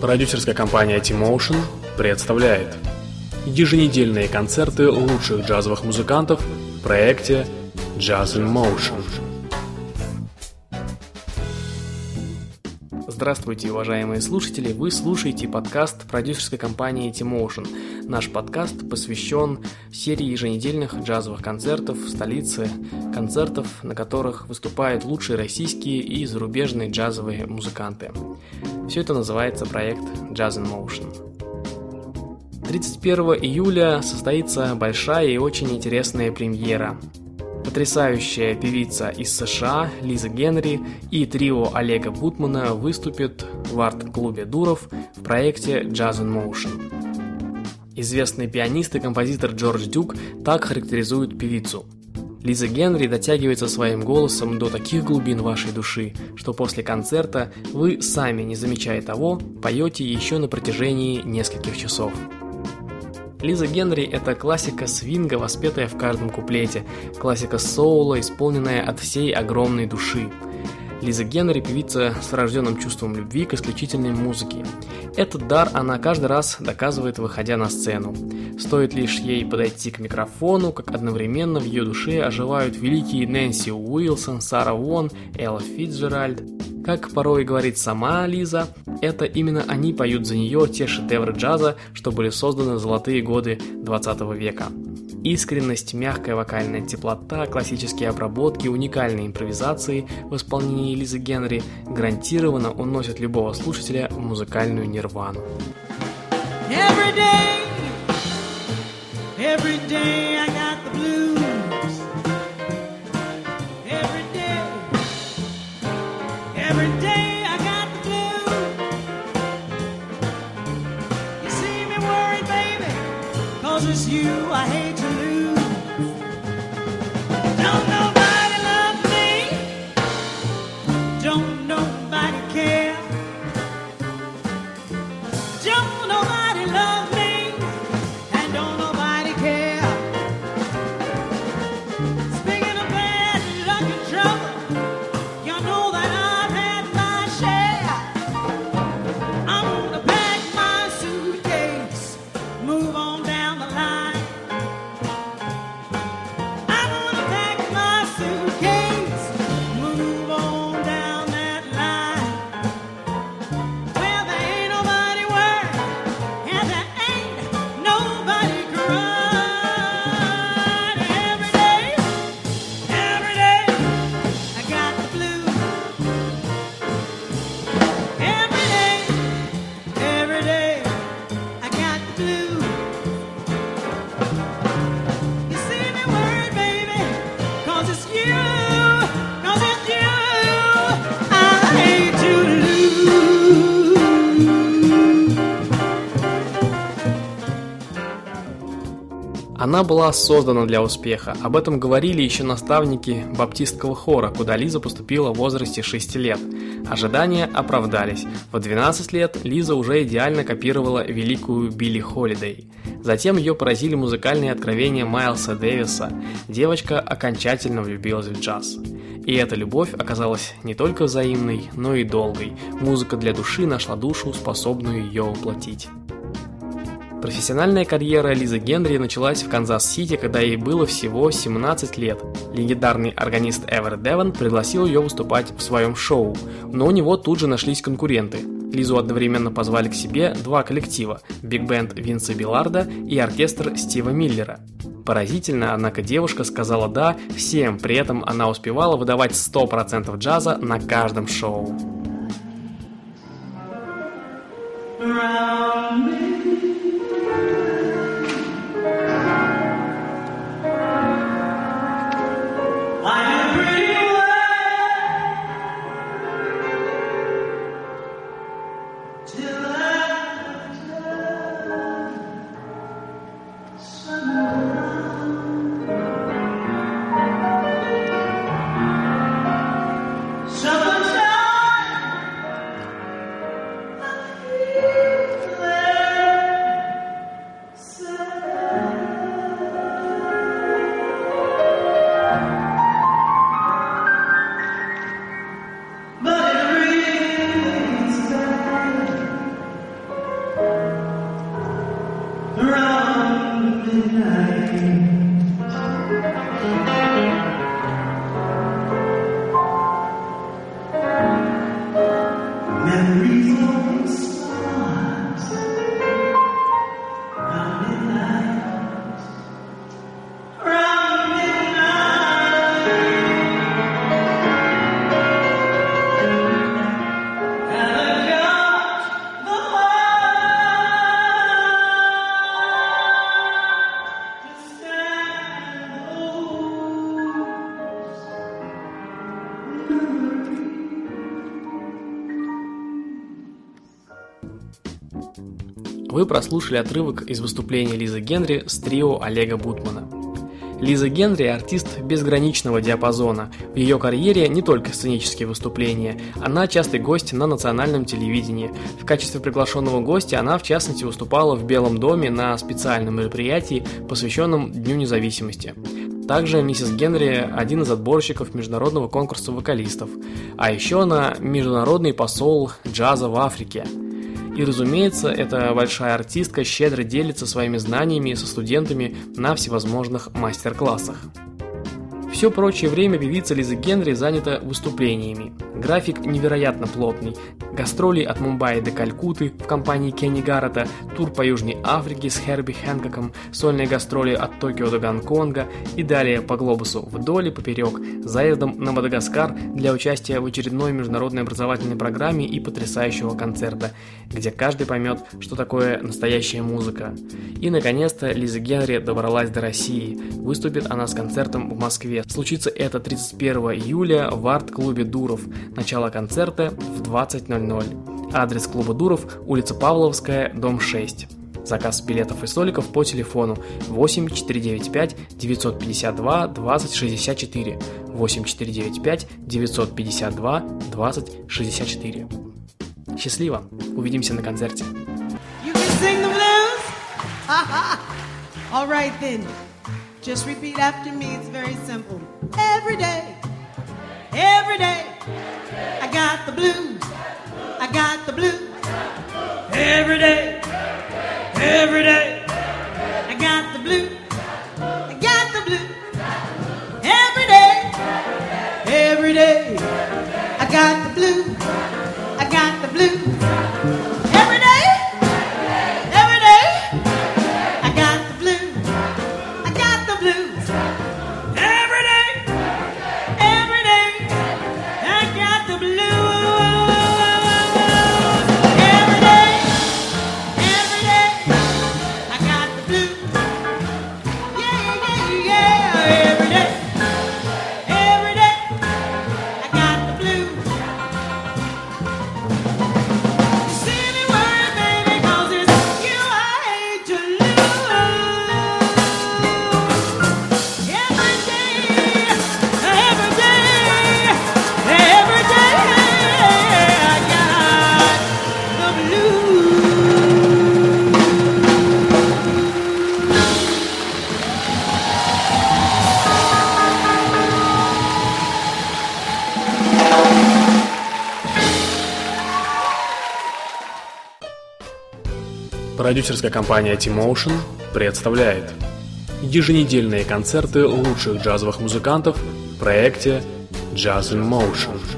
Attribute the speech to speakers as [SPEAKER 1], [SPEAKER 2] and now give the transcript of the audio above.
[SPEAKER 1] Продюсерская компания T-Motion представляет еженедельные концерты лучших джазовых музыкантов в проекте Jazz in Motion.
[SPEAKER 2] Здравствуйте, уважаемые слушатели! Вы слушаете подкаст продюсерской компании T-Motion. Наш подкаст посвящен серии еженедельных джазовых концертов в столице, концертов, на которых выступают лучшие российские и зарубежные джазовые музыканты. Все это называется проект Jazz in Motion. 31 июля состоится большая и очень интересная премьера. Потрясающая певица из США Лиза Генри и трио Олега Бутмана выступят в арт-клубе Дуров в проекте Jazz in Motion. Известный пианист и композитор Джордж Дюк так характеризует певицу. Лиза Генри дотягивается своим голосом до таких глубин вашей души, что после концерта вы, сами не замечая того, поете еще на протяжении нескольких часов. Лиза Генри – это классика свинга, воспетая в каждом куплете, классика соула, исполненная от всей огромной души. Лиза Генри – певица с врожденным чувством любви к исключительной музыке. Этот дар она каждый раз доказывает, выходя на сцену. Стоит лишь ей подойти к микрофону, как одновременно в ее душе оживают великие Нэнси Уилсон, Сара Вон, Элла Фицджеральд. Как порой говорит сама Лиза, это именно они поют за нее те шедевры джаза, что были созданы в золотые годы 20 века. Искренность, мягкая вокальная теплота, классические обработки, уникальные импровизации в исполнении Лизы Генри гарантированно уносят любого слушателя в музыкальную нирвану.
[SPEAKER 3] Every day I got the blues. Every day I got the blues. You see me worried, baby, 'cause it's you I hate to lose. Don't nobody love me. Don't nobody care. Don't nobody love me. And don't nobody care. Speaking of bad luck and trouble, you know that I've had my share. I'm gonna pack my suitcase, move on down the line. I'm gonna pack my suitcase, move on down that line. Well, there ain't nobody worried, and there ain't nobody crying. Every day, I got the blues. Every day, I got the blues. You see me worried, baby, 'cause it's you I hate to lose.
[SPEAKER 2] Она была создана для успеха. Об этом говорили еще наставники баптистского хора, куда Лиза поступила в возрасте 6 лет. Ожидания оправдались. В 12 лет Лиза уже идеально копировала великую Билли Холидей. Затем ее поразили музыкальные откровения Майлса Дэвиса. Девочка окончательно влюбилась в джаз. И эта любовь оказалась не только взаимной, но и долгой. Музыка для души нашла душу, способную ее воплотить. Профессиональная карьера Лизы Генри началась в Канзас-Сити, когда ей было всего 17 лет. Легендарный органист Эверетт Девон пригласил ее выступать в своем шоу, но у него тут же нашлись конкуренты. Лизу одновременно позвали к себе два коллектива – биг-бенд Винса Билларда и оркестр Стива Миллера. Поразительно, однако девушка сказала «да» всем, при этом она успевала выдавать 100% джаза на каждом шоу.
[SPEAKER 3] Summertime, I feel
[SPEAKER 2] Вы прослушали отрывок из выступления Лизы Генри с трио Олега Бутмана. Лиза Генри – артист безграничного диапазона. В ее карьере не только сценические выступления, она частый гость на национальном телевидении. В качестве приглашенного гостя она, в частности, выступала в Белом доме на специальном мероприятии, посвященном Дню независимости. Также миссис Генри – один из отборщиков международного конкурса вокалистов, а еще она – международный посол джаза в Африке. И, разумеется, эта большая артистка щедро делится своими знаниями со студентами на всевозможных мастер-классах. Все прочее время певица Лиза Генри занята выступлениями. График невероятно плотный. Гастроли от Мумбаи до Калькутты в компании Кенни Гаррета, тур по Южной Африке с Херби Хэнкоком, сольные гастроли от Токио до Гонконга и далее по глобусу вдоль и поперек, заездом на Мадагаскар для участия в очередной международной образовательной программе и потрясающего концерта, где каждый поймет, что такое настоящая музыка. И, наконец-то, Лиза Генри добралась до России. Выступит она с концертом в Москве. Случится это 31 июля в арт-клубе «Дуров». Начало концерта в 20:00. Адрес клуба «Дуров», улица Павловская, дом 6. Заказ билетов и столиков по телефону 8 495 952 20 64 8 495 952 20 64. Счастливо! Увидимся на концерте.
[SPEAKER 3] You can sing the blues? All right then. Just repeat after me. It's very simple. Every day, I got the blues. I got the blues. Every day, I got the blues. I got the blues. Every day, I got the blues. I got the blues. Every day, I got the blues. I got the blues. Every day, I got the blues. Every day, I got the blues. Yeah. Every day, I got the blues. Say the word, baby, 'cause it's you I hate to lose. Every day, I got the blues.
[SPEAKER 1] Продюсерская компания T-Motion представляет еженедельные концерты лучших джазовых музыкантов в проекте Jazz in Motion.